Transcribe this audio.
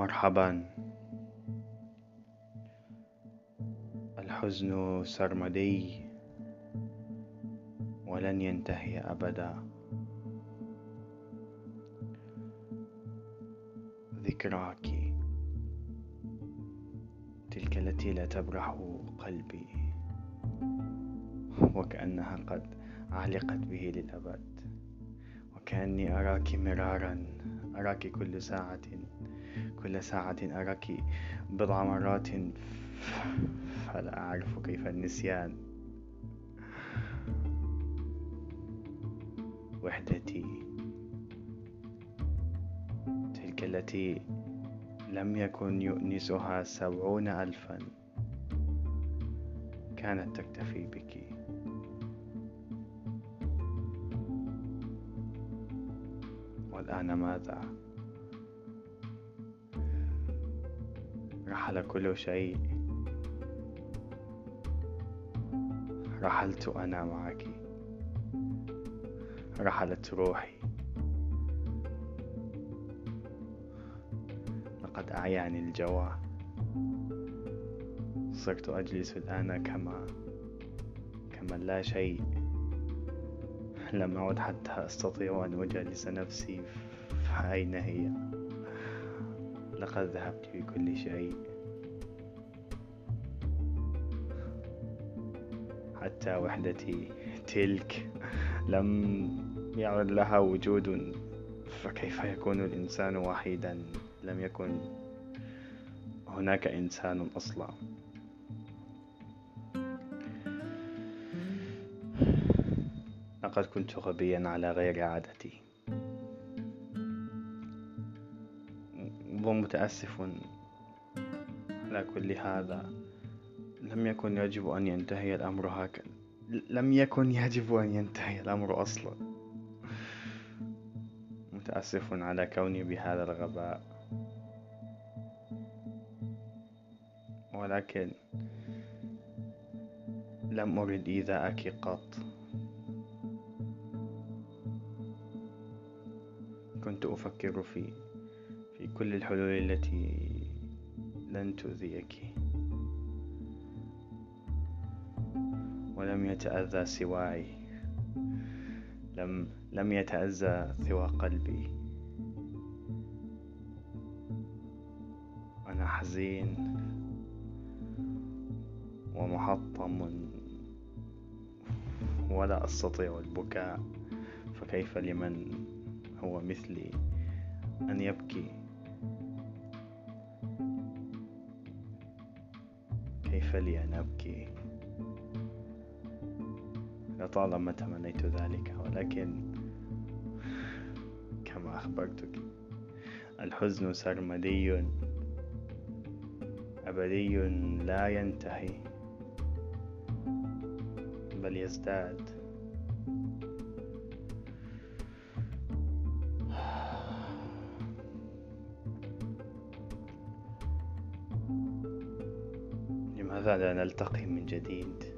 مرحبا. الحزن سرمدي ولن ينتهي أبدا. ذكراك تلك التي لا تبرح قلبي، وكأنها قد علقت به للأبد، وكأني أراك مرارا، أراك كل ساعة أراك بضع مرات، فلا أعرف كيف النسيان. وحدتي تلك التي لم يكن يؤنسها 70,000 كانت تكتفي بك. والآن ماذا؟ رحل كل شيء، رحلت أنا معك، رحلت روحي. لقد أعياني الجوع، صرت أجلس الآن كما لا شيء. لم أعد حتى أستطيع أن أجالس نفسي، فأين هي؟ لقد ذهبت بكل شيء، حتى وحدتي تلك لم يعد لها وجود. فكيف يكون الإنسان وحيدا؟ لم يكن هناك إنسان أصلا. لقد كنت غبيا على غير عادتي، ومتأسف على كل هذا. لم يكن يجب أن ينتهي الأمر هكذا، لم يكن يجب أن ينتهي الأمر أصلا. متأسف على كوني بهذا الغباء، ولكن لم أرد إيذاءك قط. كنت أفكر في كل الحلول التي لن تؤذيك، ولم يتأذى سواي، لم يتأذى سوى قلبي. أنا حزين ومحطم ولا أستطيع البكاء، فكيف لمن هو مثلي أن يبكي؟ كيف لي أن أبكي؟ لطالما تمنيت ذلك، ولكن كما أخبرتك الحزن سرمدي أبدي لا ينتهي، بل يزداد. لماذا لا نلتقي من جديد؟